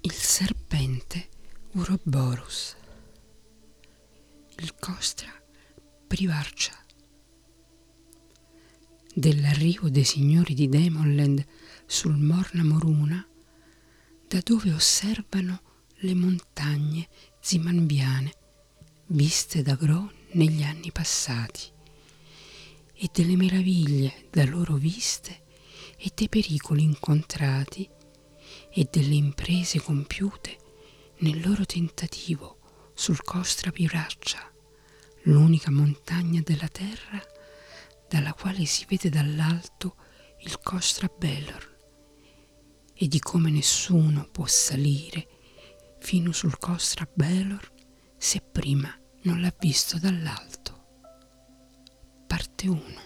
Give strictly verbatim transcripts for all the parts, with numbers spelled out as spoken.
Il serpente Uroboros, il Costra Privarcia. Dell'arrivo dei signori di Demonland sul Morna Moruna, da dove osservano le montagne zimanbiane viste da Gro negli anni passati, e delle meraviglie da loro viste e dei pericoli incontrati e delle imprese compiute nel loro tentativo sul Costra Privarcia, l'unica montagna della terra dalla quale si vede dall'alto il Costra Belor, e di come nessuno può salire fino sul Costra Belor se prima non l'ha visto dall'alto. Parte uno.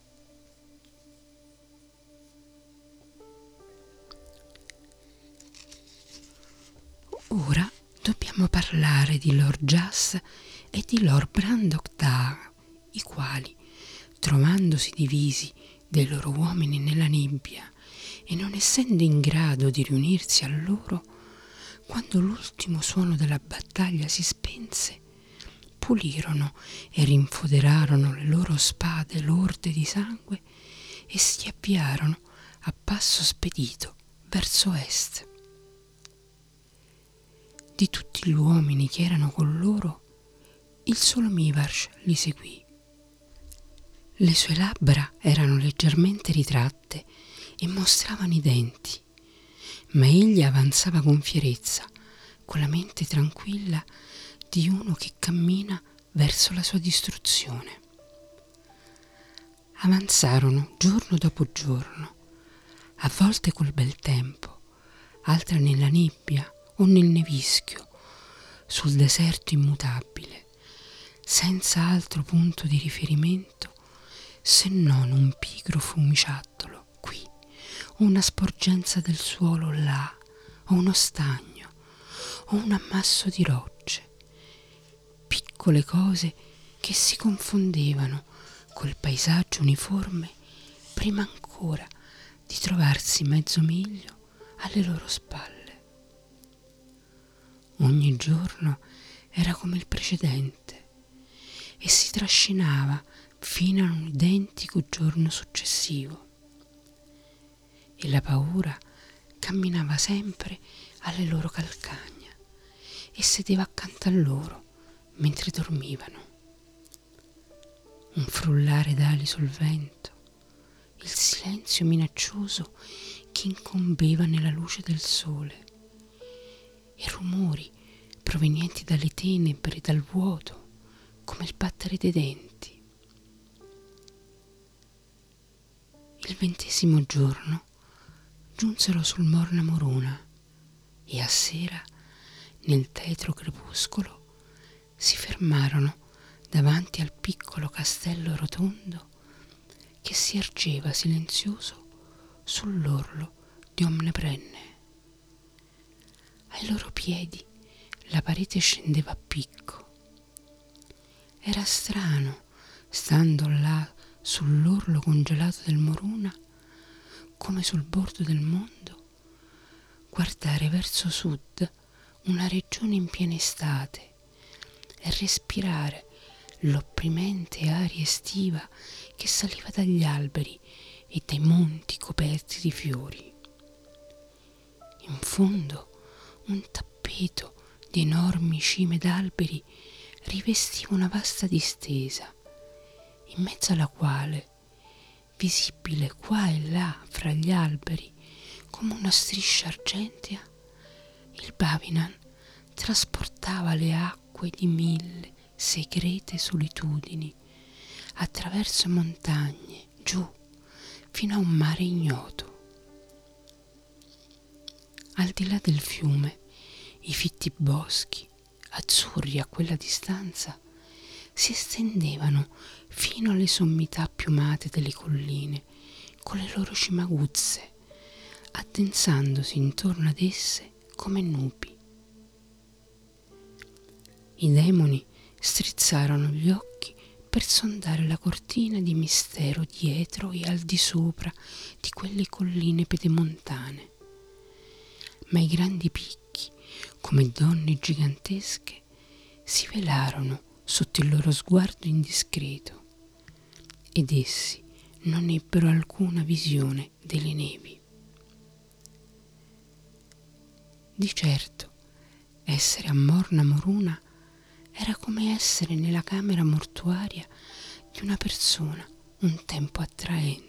Ora dobbiamo parlare di Lord Jas e di Lord Brandok Daa, i quali, trovandosi divisi dai loro uomini nella nebbia e non essendo in grado di riunirsi a loro, quando l'ultimo suono della battaglia si spense, pulirono e rinfoderarono le loro spade lorde di sangue e si avviarono a passo spedito verso est. Di tutti gli uomini che erano con loro, il solo Mivarsh li seguì. Le sue labbra erano leggermente ritratte e mostravano i denti, ma egli avanzava con fierezza, con la mente tranquilla di uno che cammina verso la sua distruzione. Avanzarono giorno dopo giorno, a volte col bel tempo, altre nella nebbia o nel nevischio, sul deserto immutabile, senza altro punto di riferimento se non un pigro fiumiciattolo qui, o una sporgenza del suolo là, o uno stagno, o un ammasso di rocce, piccole cose che si confondevano col paesaggio uniforme prima ancora di trovarsi mezzo miglio alle loro spalle. Ogni giorno era come il precedente e si trascinava fino a un identico giorno successivo, e la paura camminava sempre alle loro calcagna e sedeva accanto a loro mentre dormivano. Un frullare d'ali sul vento, il silenzio minaccioso che incombeva nella luce del sole, e rumori provenienti dalle tenebre e dal vuoto, come il battere dei denti. Il ventesimo giorno giunsero sul Morna Moruna e a sera, nel tetro crepuscolo, si fermarono davanti al piccolo castello rotondo che si ergeva silenzioso sull'orlo di Omnebrenne. Ai loro piedi la parete scendeva a picco. Era strano, stando là sull'orlo congelato del Moruna, come sul bordo del mondo, guardare verso sud una regione in piena estate e respirare l'opprimente aria estiva che saliva dagli alberi e dai monti coperti di fiori. In fondo un tappeto di enormi cime d'alberi rivestiva una vasta distesa, in mezzo alla quale, visibile qua e là fra gli alberi come una striscia argentea, il Bavinan trasportava le acque di mille segrete solitudini attraverso montagne, giù, fino a un mare ignoto. Al di là del fiume, i fitti boschi, azzurri a quella distanza, si estendevano fino alle sommità piumate delle colline, con le loro cime aguzze, addensandosi intorno ad esse come nubi. I demoni strizzarono gli occhi per sondare la cortina di mistero dietro e al di sopra di quelle colline pedemontane, ma i grandi picchi come donne gigantesche, si velarono sotto il loro sguardo indiscreto ed essi non ebbero alcuna visione delle nevi. Di certo, essere a Morna Moruna era come essere nella camera mortuaria di una persona un tempo attraente.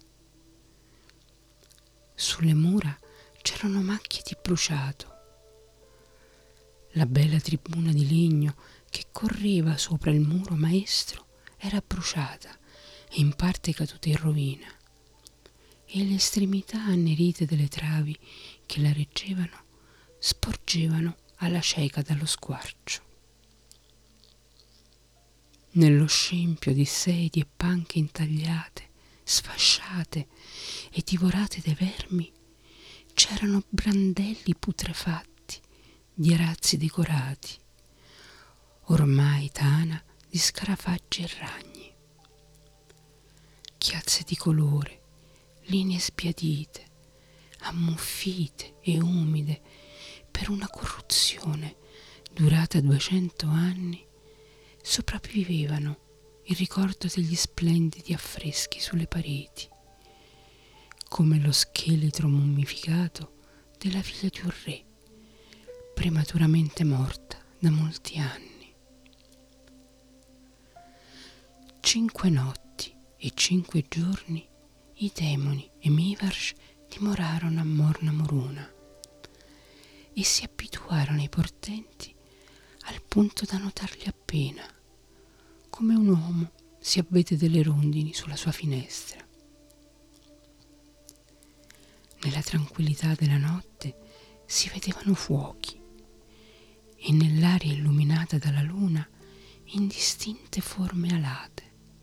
Sulle mura c'erano macchie di bruciato. La bella tribuna di legno che correva sopra il muro maestro era bruciata e in parte caduta in rovina, e le estremità annerite delle travi che la reggevano sporgevano alla cieca dallo squarcio. Nello scempio di sedie e panche intagliate, sfasciate e divorate dai vermi, c'erano brandelli putrefatti di arazzi decorati, ormai tana di scarafaggi e ragni. Chiazze di colore, linee sbiadite, ammuffite e umide per una corruzione durata duecento anni, sopravvivevano il ricordo degli splendidi affreschi sulle pareti, come lo scheletro mummificato della figlia di un re, prematuramente morta da molti anni. Cinque notti e cinque giorni i demoni e Mivarsh dimorarono a Morna Moruna e si abituarono ai portenti al punto da notarli appena, come un uomo si avvede delle rondini sulla sua finestra. Nella tranquillità della notte si vedevano fuochi e nell'aria illuminata dalla luna indistinte forme alate.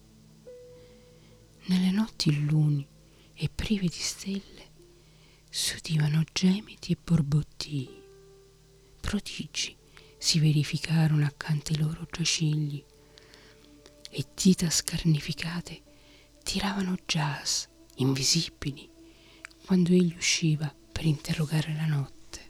Nelle notti illuni e prive di stelle si udivano gemiti e borbottii. Prodigi si verificarono accanto ai loro giacigli e dita scarnificate tiravano jazz invisibili quando egli usciva per interrogare la notte.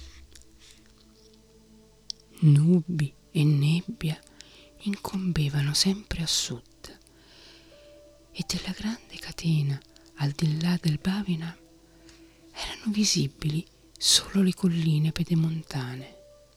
Nubi e nebbia incombevano sempre a sud e della grande catena al di là del Bhavina erano visibili solo le colline pedemontane.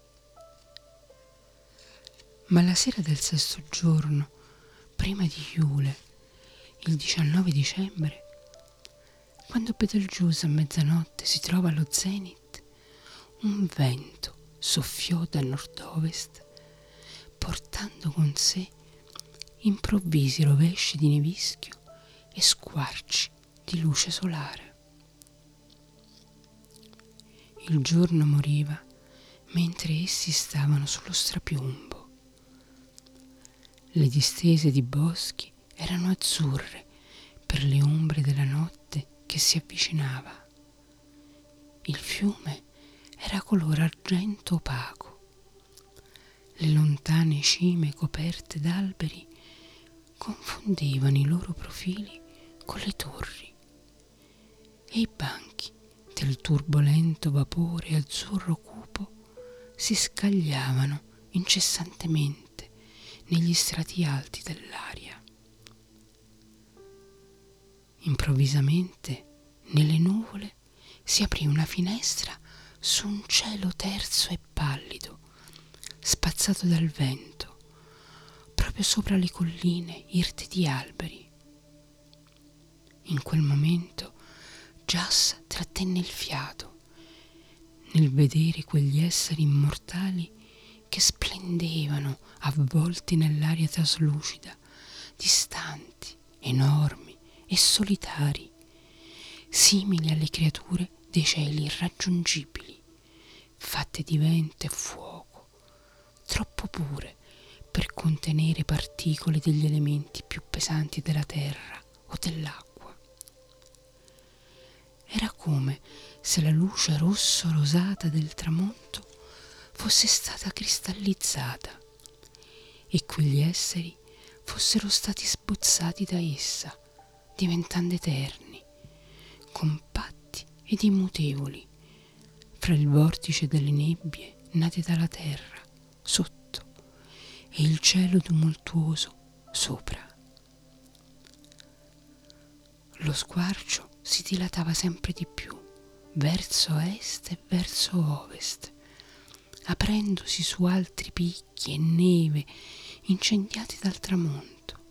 Ma la sera del sesto giorno, prima di Yule, il diciannove dicembre, quando Betelgeuse a mezzanotte si trova allo zenith, un vento soffiò da nord-ovest, portando con sé improvvisi rovesci di nevischio e squarci di luce solare. Il giorno moriva mentre essi stavano sullo strapiombo. Le distese di boschi erano azzurre per le ombre della notte che si avvicinava. Il fiume era color argento opaco. Le lontane cime coperte d'alberi confondevano i loro profili con le torri e i banchi del turbolento vapore azzurro cupo si scagliavano incessantemente negli strati alti dell'aria. Improvvisamente, nelle nuvole, si aprì una finestra su un cielo terso e pallido, spazzato dal vento, proprio sopra le colline irte di alberi. In quel momento Jas trattenne il fiato nel vedere quegli esseri immortali che splendevano avvolti nell'aria traslucida, distanti, enormi e solitari, simili alle creature dei cieli irraggiungibili, fatte di vento e fuoco, troppo pure per contenere particole degli elementi più pesanti della terra o dell'acqua. Era come se la luce rosso-rosata del tramonto fosse stata cristallizzata e quegli esseri fossero stati sbozzati da essa, diventando eterni, compatti ed immutevoli, fra il vortice delle nebbie nate dalla terra sotto e il cielo tumultuoso sopra. Lo squarcio si dilatava sempre di più verso est e verso ovest, aprendosi su altri picchi e neve incendiati dal tramonto,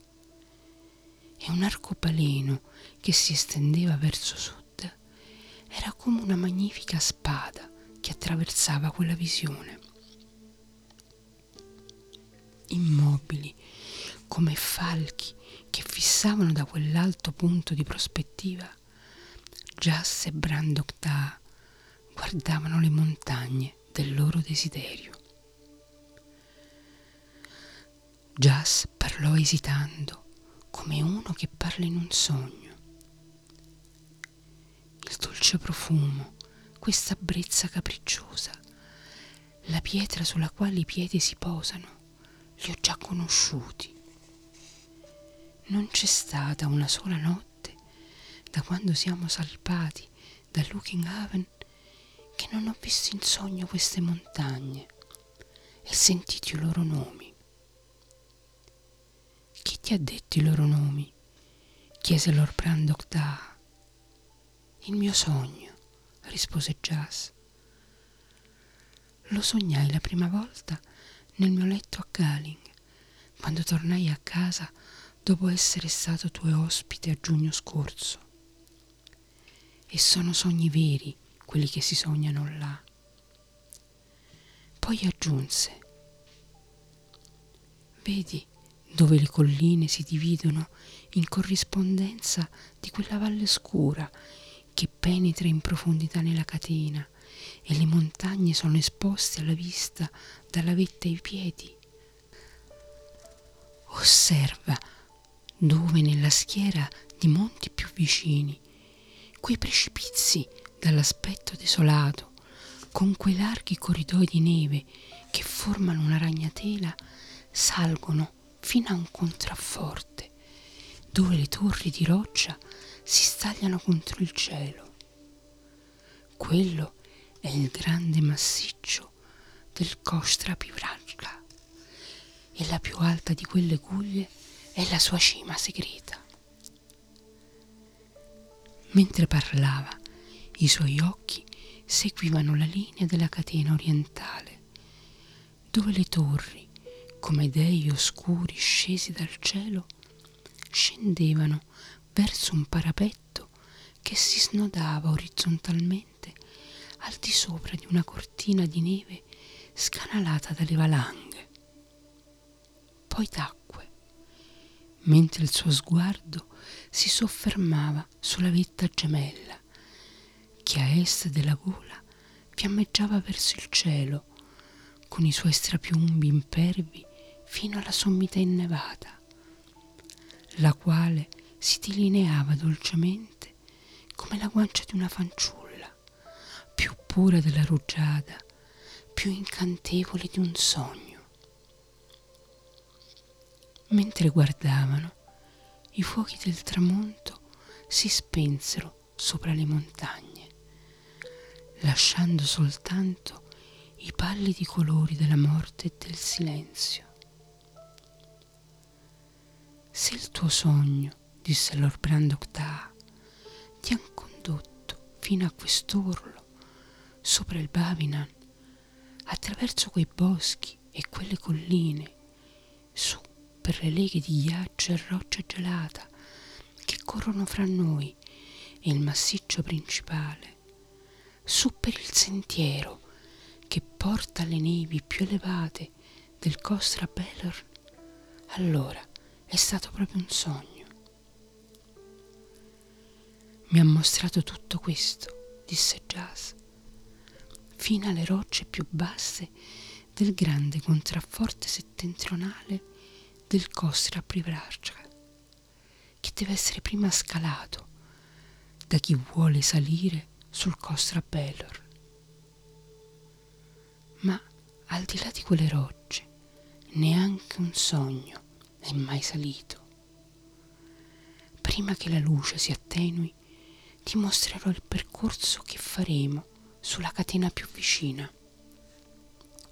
e un arcobaleno che si estendeva verso sud era come una magnifica spada che attraversava quella visione. Immobili come falchi che fissavano da quell'alto punto di prospettiva, Jas e Brandok Daa guardavano le montagne del loro desiderio. Jas parlò esitando, come uno che parla in un sogno. Il dolce profumo, questa brezza capricciosa, la pietra sulla quale i piedi si posano, li ho già conosciuti. Non c'è stata una sola notte, da quando siamo salpati da Looking Haven, che non ho visto in sogno queste montagne e sentito i loro nomi. Chi ti ha detto i loro nomi? Chiese Lord Brandok Daa. Il mio sogno, rispose Jas. Lo sognai la prima volta nel mio letto a Galing, quando tornai a casa dopo essere stato tuo ospite a giugno scorso. E sono sogni veri quelli che si sognano là. Poi aggiunse: vedi dove le colline si dividono in corrispondenza di quella valle scura che penetra in profondità nella catena, e le montagne sono esposte alla vista dalla vetta ai piedi. Osserva dove nella schiera di monti più vicini, quei precipizi dall'aspetto desolato, con quei larghi corridoi di neve che formano una ragnatela, salgono fino a un contrafforte, dove le torri di roccia si stagliano contro il cielo. Quello è il grande massiccio del Kostra Pivrajka, e la più alta di quelle guglie è la sua cima segreta. Mentre parlava, i suoi occhi seguivano la linea della catena orientale, dove le torri, come dei oscuri scesi dal cielo, scendevano verso un parapetto che si snodava orizzontalmente al di sopra di una cortina di neve scanalata dalle valanghe. Poi tacque, mentre il suo sguardo si soffermava sulla vetta gemella che a est della gola fiammeggiava verso il cielo con i suoi strapiombi impervi fino alla sommità innevata, la quale si delineava dolcemente come la guancia di una fanciulla, più pura della rugiada, più incantevole di un sogno. Mentre guardavano, i fuochi del tramonto si spensero sopra le montagne, lasciando soltanto i pallidi colori della morte e del silenzio. Se il tuo sogno, disse Lord Brandok Daa, ti ha condotto fino a quest'orlo, sopra il Bavinan, attraverso quei boschi e quelle colline, su per le leghe di ghiaccio e roccia gelata che corrono fra noi e il massiccio principale, su per il sentiero che porta alle nevi più elevate del Kostra Belorn, allora è stato proprio un sogno. Mi ha mostrato tutto questo, disse Jas, fino alle rocce più basse del grande contrafforte settentrionale del Kostra Pivrajka, che deve essere prima scalato da chi vuole salire sul Kostra Belorn. Ma al di là di quelle rocce neanche un sogno è mai salito. Prima che la luce si attenui, ti mostrerò il percorso che faremo sulla catena più vicina.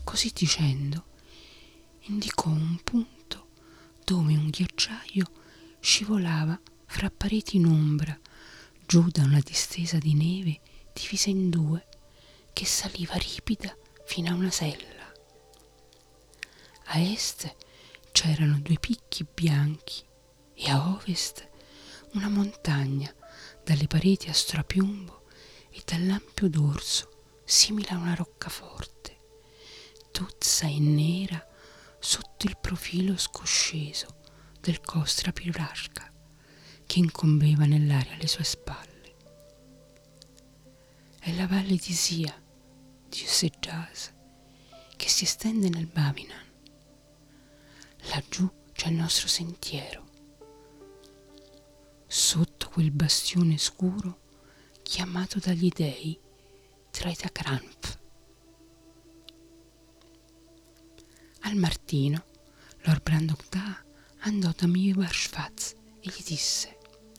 Così dicendo, indicò un punto dove un ghiacciaio scivolava fra pareti in ombra, giù da una distesa di neve divisa in due, che saliva ripida fino a una sella. A est c'erano due picchi bianchi e a ovest una montagna dalle pareti a strapiombo e dall'ampio dorso simile a una roccaforte, tozza e nera sotto il profilo scosceso del Kostra Pirashka che incombeva nell'aria alle sue spalle. È la valle di Sia, disse Jas, che si estende nel Bavinan. Laggiù c'è il nostro sentiero. Sotto quel bastione scuro chiamato dagli dei Traitakranf. Al mattino, Lord Brandok andò da Mivar Schwarz e gli disse: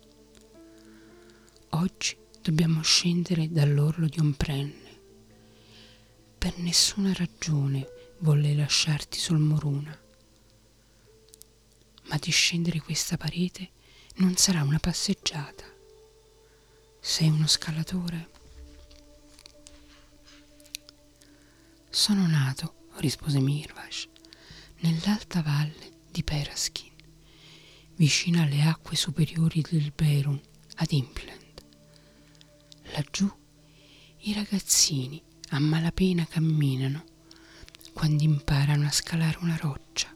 oggi dobbiamo scendere dall'orlo di Omprenne. Per nessuna ragione volle lasciarti sul Moruna, ma di scendere questa parete non sarà una passeggiata. Sei uno scalatore? Sono nato, rispose Mirvash, nell'alta valle di Peraskin, vicino alle acque superiori del Berun, ad Impland. Laggiù i ragazzini a malapena camminano quando imparano a scalare una roccia.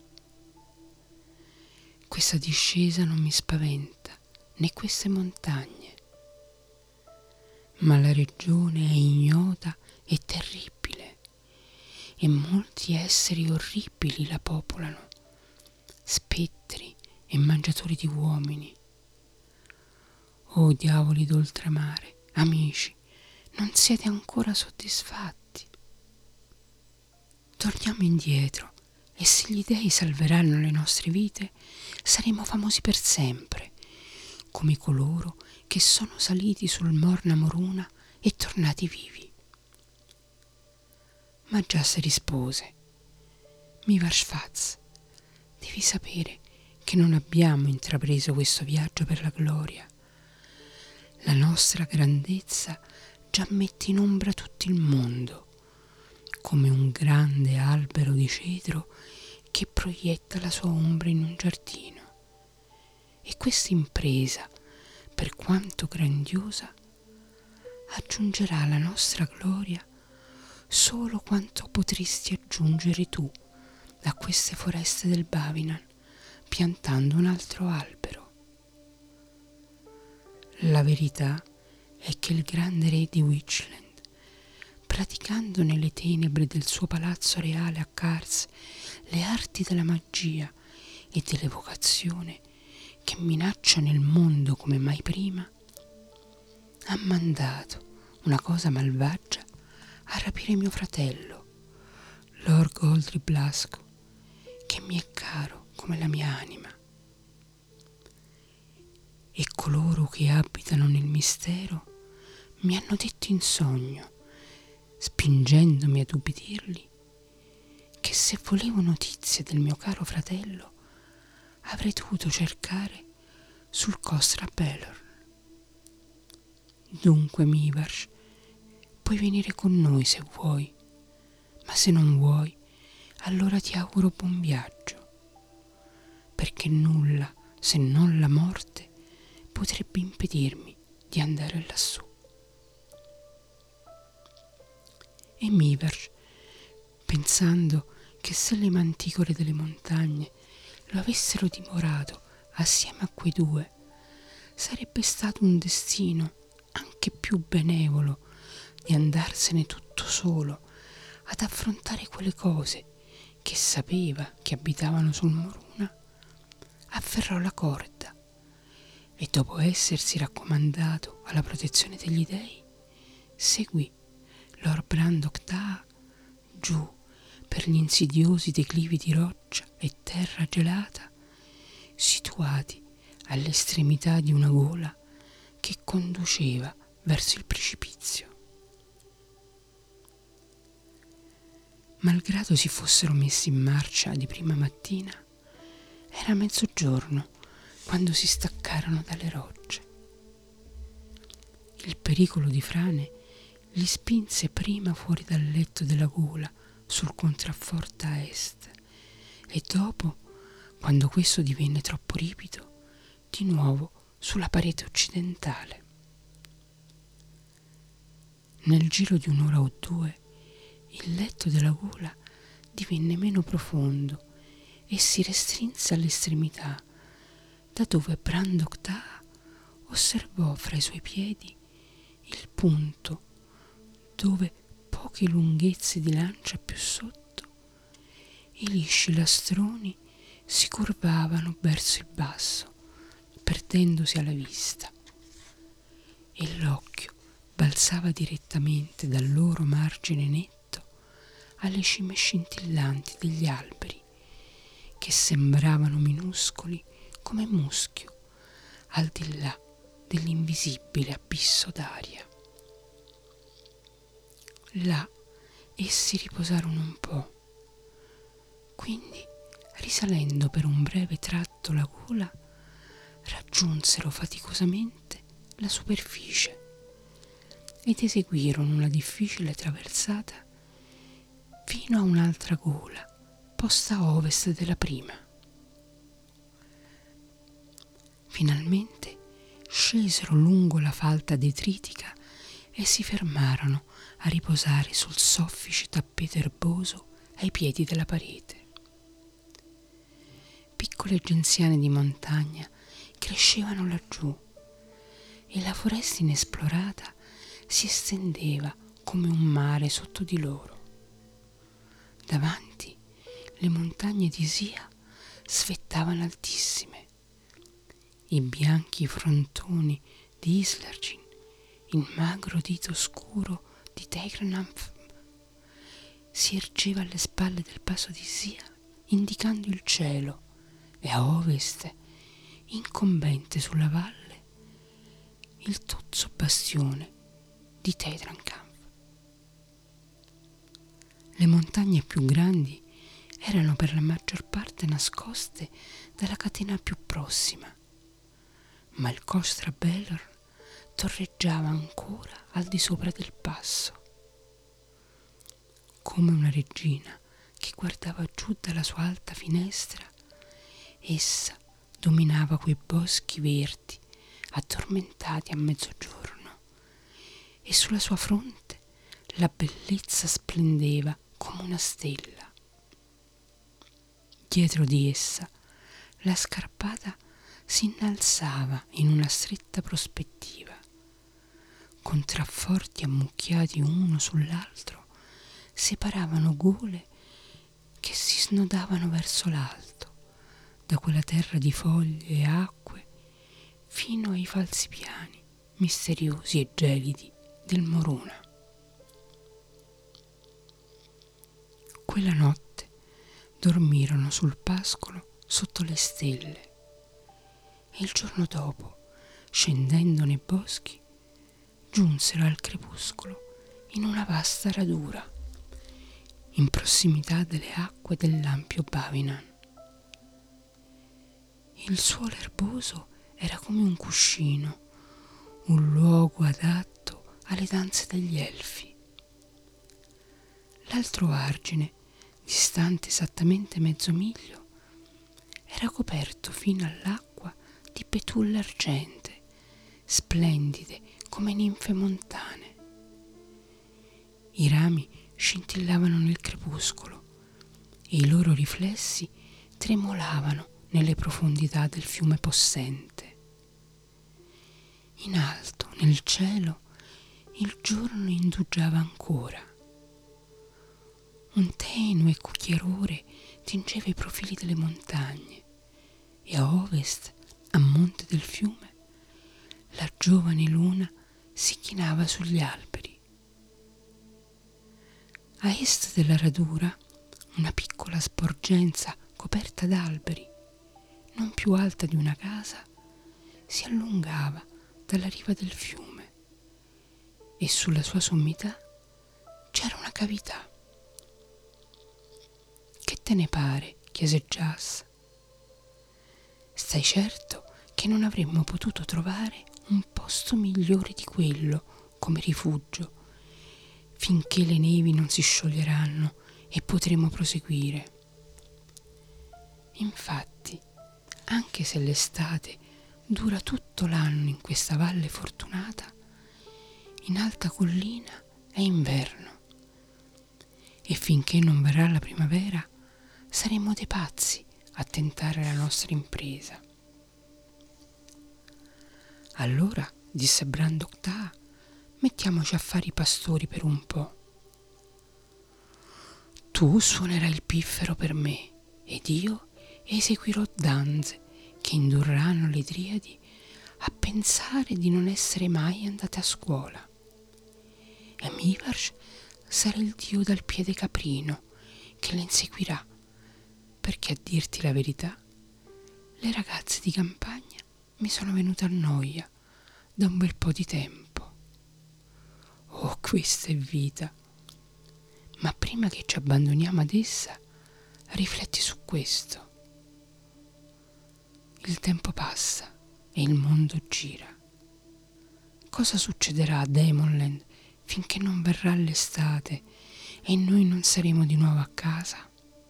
Questa discesa non mi spaventa, né queste montagne, ma la regione è ignota e terribile, e molti esseri orribili la popolano, spettri e mangiatori di uomini. O diavoli d'oltremare, amici, non siete ancora soddisfatti? Torniamo indietro, e se gli dei salveranno le nostre vite, saremo famosi per sempre, come coloro che sono saliti sul Morna Moruna e tornati vivi. Ma Jas rispose: Mivar Schwarz, devi sapere che non abbiamo intrapreso questo viaggio per la gloria. La nostra grandezza già mette in ombra tutto il mondo, come un grande albero di cedro che proietta la sua ombra in un giardino. E questa impresa, per quanto grandiosa, aggiungerà alla nostra gloria solo quanto potresti aggiungere tu da queste foreste del Bavinan piantando un altro albero. La verità è che il grande re di Witchland, praticando nelle tenebre del suo palazzo reale a Kars le arti della magia e dell'evocazione che minacciano il mondo come mai prima, ha mandato una cosa malvagia a rapire mio fratello, Lord Goldry Blasco, che mi è caro come la mia anima. E coloro che abitano nel mistero mi hanno detto in sogno, spingendomi ad ubbidirli, che se volevo notizie del mio caro fratello avrei dovuto cercare sul Kostra Belorn. Dunque, Mivarsh, puoi venire con noi se vuoi, ma se non vuoi, allora ti auguro buon viaggio, perché nulla, se non la morte, potrebbe impedirmi di andare lassù. E Mivarsh, pensando che se le manticore delle montagne lo avessero dimorato assieme a quei due, sarebbe stato un destino anche più benevolo di andarsene tutto solo ad affrontare quelle cose che sapeva che abitavano sul Moruna, afferrò la corda e, dopo essersi raccomandato alla protezione degli dei, seguì Lord Brandok Taa giù per gli insidiosi declivi di roccia e terra gelata situati all'estremità di una gola che conduceva verso il precipizio. malgrado si fossero messi in marcia di prima mattina, era mezzogiorno quando si staccarono dalle rocce. Il pericolo di frane li spinse prima fuori dal letto della gola sul contrafforte a est e dopo, quando questo divenne troppo ripido, di nuovo sulla parete occidentale. Nel giro di un'ora o due il letto della gola divenne meno profondo e si restrinse all'estremità, da dove Brandok Daa osservò fra i suoi piedi il punto dove poche lunghezze di lancia più sotto i lisci lastroni si curvavano verso il basso, perdendosi alla vista, e l'occhio balzava direttamente dal loro margine netto alle cime scintillanti degli alberi, che sembravano minuscoli come muschio al di là dell'invisibile abisso d'aria. Là essi riposarono un po', quindi, risalendo per un breve tratto la gola, raggiunsero faticosamente la superficie ed eseguirono una difficile traversata fino a un'altra gola posta a ovest della prima. Finalmente scesero lungo la falda detritica e si fermarono a riposare sul soffice tappeto erboso ai piedi della parete. Piccole genziane di montagna crescevano laggiù e la foresta inesplorata si estendeva come un mare sotto di loro. Davanti le montagne di Sia svettavano altissime. I bianchi frontoni di Islargin, il magro dito scuro di Teigranamf si ergeva alle spalle del passo di Sia, indicando il cielo, e a ovest, incombente sulla valle, il tozzo bastione di Teigranamf. Le montagne più grandi erano per la maggior parte nascoste dalla catena più prossima, ma il Kostra Belorn torreggiava ancora al di sopra del passo. Come una regina che guardava giù dalla sua alta finestra, essa dominava quei boschi verdi addormentati a mezzogiorno, e sulla sua fronte la bellezza splendeva come una stella. Dietro di essa la scarpata si innalzava in una stretta prospettiva. Contrafforti ammucchiati uno sull'altro separavano gole che si snodavano verso l'alto, da quella terra di foglie e acque fino ai falsi piani misteriosi e gelidi del Moruna. Quella notte dormirono sul pascolo sotto le stelle e il giorno dopo, scendendo nei boschi, giunsero al crepuscolo in una vasta radura, in prossimità delle acque dell'ampio Bavinan. Il suolo erboso era come un cuscino, un luogo adatto alle danze degli elfi. L'altro argine, distante esattamente mezzo miglio, era coperto fino all'acqua di betulle argentee, splendide come ninfe montane. I rami scintillavano nel crepuscolo e i loro riflessi tremolavano nelle profondità del fiume possente. In alto, nel cielo, il giorno indugiava ancora. Un tenue chiarore tingeva i profili delle montagne e a ovest, a monte del fiume, la giovane luna si chinava sugli alberi. A est della radura, una piccola sporgenza coperta d'alberi, non più alta di una casa, si allungava dalla riva del fiume e sulla sua sommità c'era una cavità. te ne pare? Chiese Jas. Stai certo che non avremmo potuto trovare un posto migliore di quello come rifugio, finché le nevi non si scioglieranno e potremo proseguire. Infatti, anche se l'estate dura tutto l'anno in questa valle fortunata, in alta collina è inverno, e finché non verrà la primavera saremo dei pazzi a tentare la nostra impresa. Allora, disse Brandok Taa, mettiamoci a fare i pastori per un po'. Tu suonerai il piffero per me ed io eseguirò danze che indurranno le driadi a pensare di non essere mai andate a scuola. E Mivarsh sarà il dio dal piede caprino che le inseguirà, perché a dirti la verità, le ragazze di campagna mi sono venute a noia da un bel po' di tempo. Oh, questa è vita! Ma prima che ci abbandoniamo ad essa, rifletti su questo. Il tempo passa e il mondo gira. Cosa succederà a Demonland finché non verrà l'estate e noi non saremo di nuovo a casa?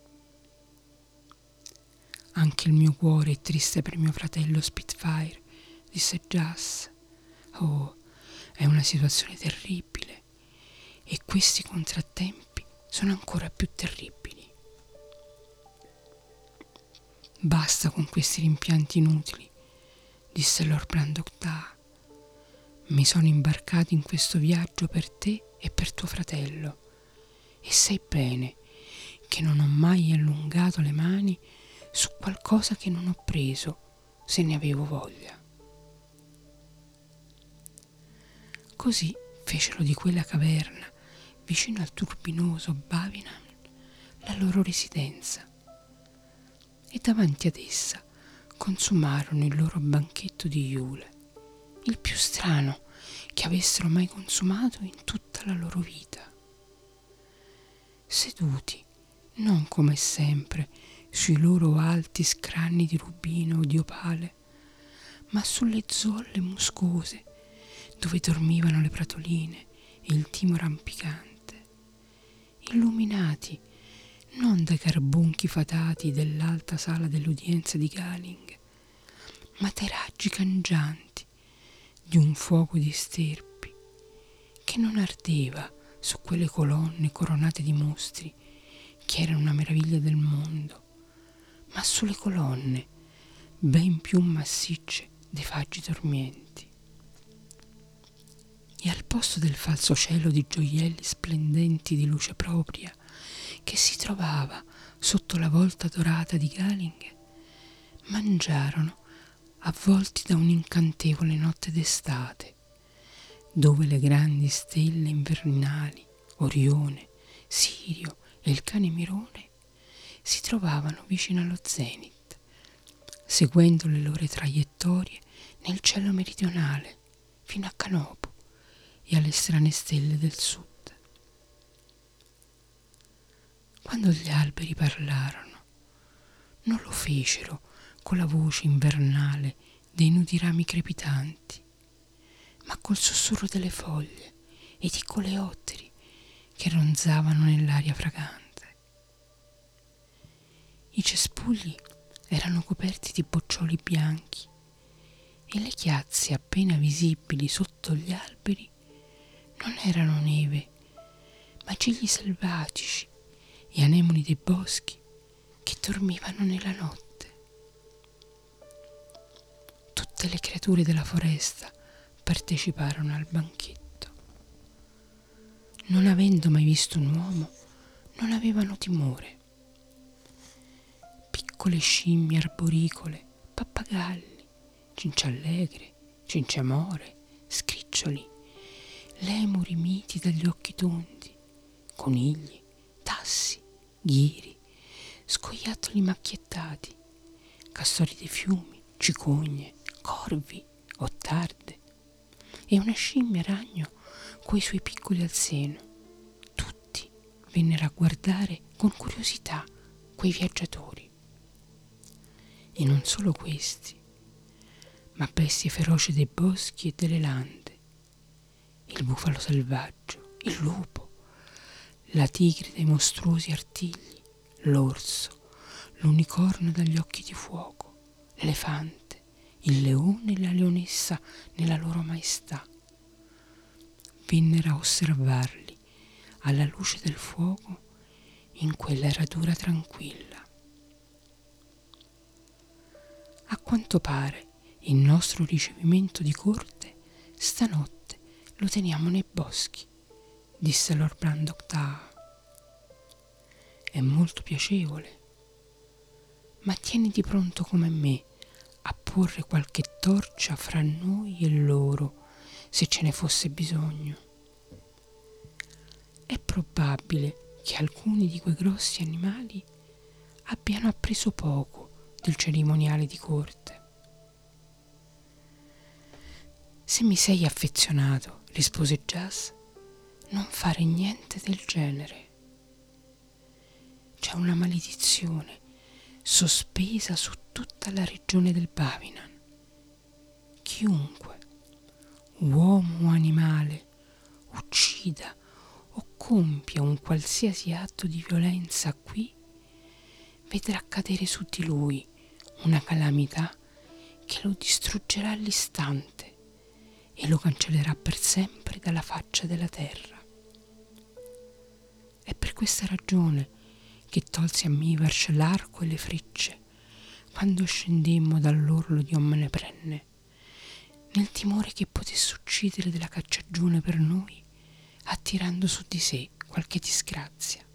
Anche il mio cuore è triste per mio fratello Spitfire, disse Jas. Oh, è una situazione terribile e questi contrattempi sono ancora più terribili. Basta con questi rimpianti inutili, disse Lord Brandok Taa. Mi sono imbarcato in questo viaggio per te e per tuo fratello, e sai bene che non ho mai allungato le mani su qualcosa che non ho preso se ne avevo voglia. Così fecero di quella caverna vicino al turbinoso Bavinam la loro residenza, e davanti ad essa consumarono il loro banchetto di Yule, il più strano che avessero mai consumato in tutta la loro vita. Seduti, non come sempre, sui loro alti scranni di rubino o di opale, ma sulle zolle muscose dove dormivano le pratoline e il timo rampicante, illuminati non dai carbunchi fatati dell'alta sala dell'udienza di Galing, ma dai raggi cangianti di un fuoco di sterpi che non ardeva su quelle colonne coronate di mostri che erano una meraviglia del mondo, ma sulle colonne ben più massicce dei faggi dormienti. E al posto del falso cielo di gioielli splendenti di luce propria che si trovava sotto la volta dorata di Galing, mangiarono avvolti da un'incantevole notte d'estate, dove le grandi stelle invernali, Orione, Sirio e il cane Mirone, si trovavano vicino allo zenit, seguendo le loro traiettorie nel cielo meridionale fino a Canopo e alle strane stelle del sud. Quando gli alberi parlarono, non lo fecero con la voce invernale dei nudi rami crepitanti, ma col sussurro delle foglie e di coleotteri che ronzavano nell'aria fragante. I cespugli erano coperti di boccioli bianchi e le chiazze appena visibili sotto gli alberi non erano neve, ma cigli selvatici e anemoni dei boschi che dormivano nella notte. Tutte le creature della foresta parteciparono al banchetto. Non avendo mai visto un uomo, non avevano timore. Piccole scimmie arboricole, pappagalli, cinciallegre, cinciamore, scriccioli, lemuri miti dagli occhi tondi, conigli, tassi, ghiri, scoiattoli macchiettati, castori dei fiumi, cicogne, corvi, ottarde e una scimmia ragno coi suoi piccoli al seno. Tutti vennero a guardare con curiosità quei viaggiatori. E non solo questi, ma bestie feroci dei boschi e delle lande, il bufalo selvaggio, il lupo, la tigre dai mostruosi artigli, l'orso, l'unicorno dagli occhi di fuoco, l'elefante, il leone e la leonessa nella loro maestà. Vennero a osservarli alla luce del fuoco in quella radura tranquilla. A quanto pare il nostro ricevimento di corte stanotte lo teniamo nei boschi, disse Lord Brandok Taha. È molto piacevole, ma tieniti pronto come me a porre qualche torcia fra noi e loro, se ce ne fosse bisogno. È probabile che alcuni di quei grossi animali abbiano appreso poco del cerimoniale di corte. Se mi sei affezionato, rispose Jas, non fare niente del genere. C'è una maledizione sospesa su tutta la regione del Bavinan. Chiunque, uomo o animale, uccida o compia un qualsiasi atto di violenza qui, vedrà cadere su di lui una calamità che lo distruggerà all'istante e lo cancellerà per sempre dalla faccia della terra. È per questa ragione che tolsi a Mivarsh l'arco e le frecce quando scendemmo dall'orlo di Omneprenne, nel timore che potesse uccidere della cacciagione per noi, attirando su di sé qualche disgrazia.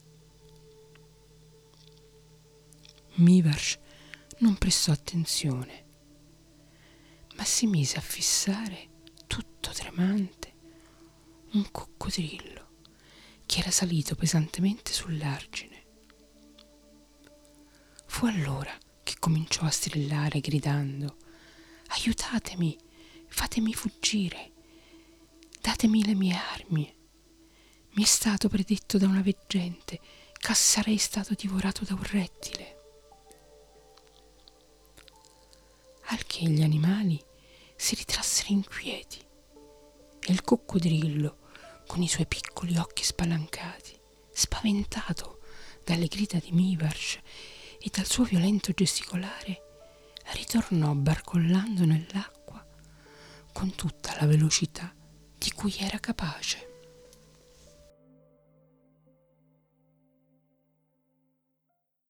Mivarsh non prestò attenzione, ma si mise a fissare, tutto tremante, un coccodrillo che era salito pesantemente sull'argine. Fu allora che cominciò a strillare gridando: «Aiutatemi, fatemi fuggire, datemi le mie armi. Mi è stato predetto da una veggente che sarei stato divorato da un rettile». Al che gli animali si ritrassero inquieti e il coccodrillo, con i suoi piccoli occhi spalancati, spaventato dalle grida di Mivarsh e dal suo violento gesticolare, ritornò barcollando nell'acqua con tutta la velocità di cui era capace.